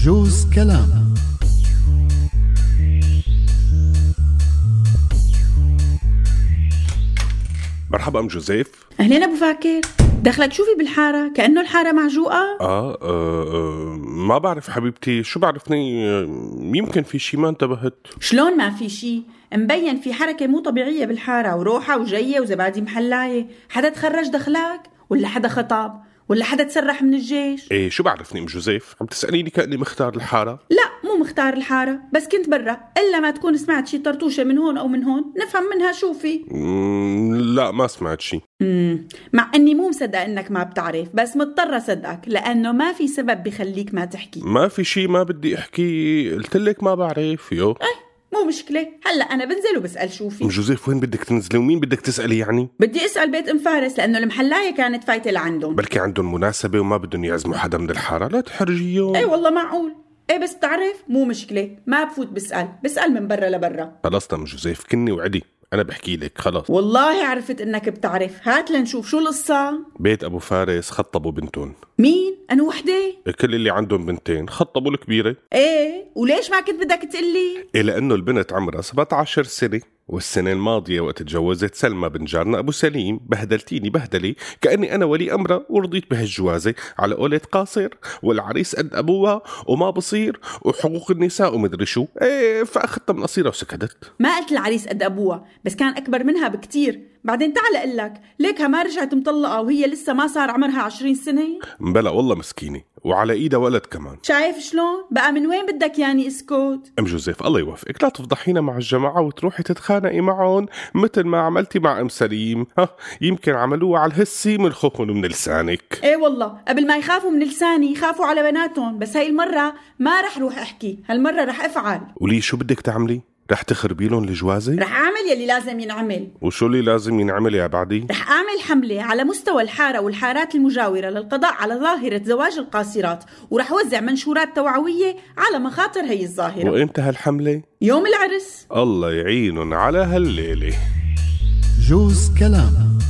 جوز كلام. مرحبا أم جوزيف. أهلين أبو فاكر، دخلك شوفي بالحارة كأنه الحارة معجوقة. ما بعرف حبيبتي، شو بعرفني، يمكن في شي ما انتبهت. شلون ما في شي؟ مبين في حركة مو طبيعية بالحارة، وروحة وجاية وزبادي محلاية. حدا تخرج دخلك ولا حدا خطب ولا حدا تسرح من الجيش؟ ايه شو بعرفني أم جوزيف، عم تسأليني كأني مختار الحارة؟ لا مو مختار الحارة، بس كنت برا، إلا ما تكون سمعت شي طرطوشة من هون أو من هون نفهم منها شو في. لا ما سمعت شي. مع أني مو مصدقة إنك ما بتعرف، بس مضطرة صدقك لأنه ما في سبب بخليك ما تحكي. ما في شي، ما بدي أحكي، قلتلك ما بعرف. يو مو مشكلة، هلأ أنا بنزل وبسأل شو في. أم جوزيف وين بدك تنزلي ومين بدك تسألي يعني؟ بدي أسأل بيت أم فارس لأنه المحلاية كانت فايتة لعندهم. بلكي عندهم مناسبة وما بدهم يعزموا حدا من الحارة، لا تحرجيهم. ايه والله معقول. ايه بس بتعرف مو مشكلة، ما بفوت بسأل من برا لبرا. خلاص أم جوزيف كني وعدي، أنا بحكي لك خلاص. والله عرفت إنك بتعرف، هات لنشوف شو القصة. بيت أبو فارس خطبوا بنتون. مين؟ أنا وحدة؟ كل اللي عندهم بنتين خطبوا الكبيرة. ايه وليش ما كنت بدك تقلي؟ إيه لأنه البنت عمرها 17 سنة، والسنة الماضية وقت تجوزت سلمى بن جارنا أبو سليم بهدلتيني بهدلي كأني أنا ولي أمرها ورضيت بهالجوازة على قولة قاصر والعريس قد أبوها وما بصير وحقوق النساء ومدري شو. إيه فأخذتها من قصيرة وسكتت. ما قلت العريس قد أبوها، بس كان أكبر منها بكتير. بعدين تعال أقلك ليكها ما رجعت مطلقة وهي لسه ما صار عمرها 20 سنة. بلا والله مسكينة وعلى إيدها ولد كمان. شايف شلون؟ بقى من وين بدك يعني اسكت؟ أم جوزيف الله يوفقك، لا تفضحينا مع الجماعة وتروحي تتخانقي معهم مثل ما عملتي مع أم سليم. يمكن عملوها على الهسي من خوفهم من لسانك. ايه والله قبل ما يخافوا من لساني يخافوا على بناتهم، بس هاي المرة ما رح روح احكي، هالمرة رح افعل. ولي شو بدك تعملي؟ رح تخربي لهم الجوازة؟ رح اعمل يلي لازم ينعمل. وشو اللي لازم ينعمل يا بعدي؟ رح اعمل حملة على مستوى الحارة والحارات المجاورة للقضاء على ظاهرة زواج القاصرات، ورح وزع منشورات توعوية على مخاطر هي الظاهرة. وإمتى هالحملة؟ يوم العرس. الله يعينن على هالليلة. جوز كلام.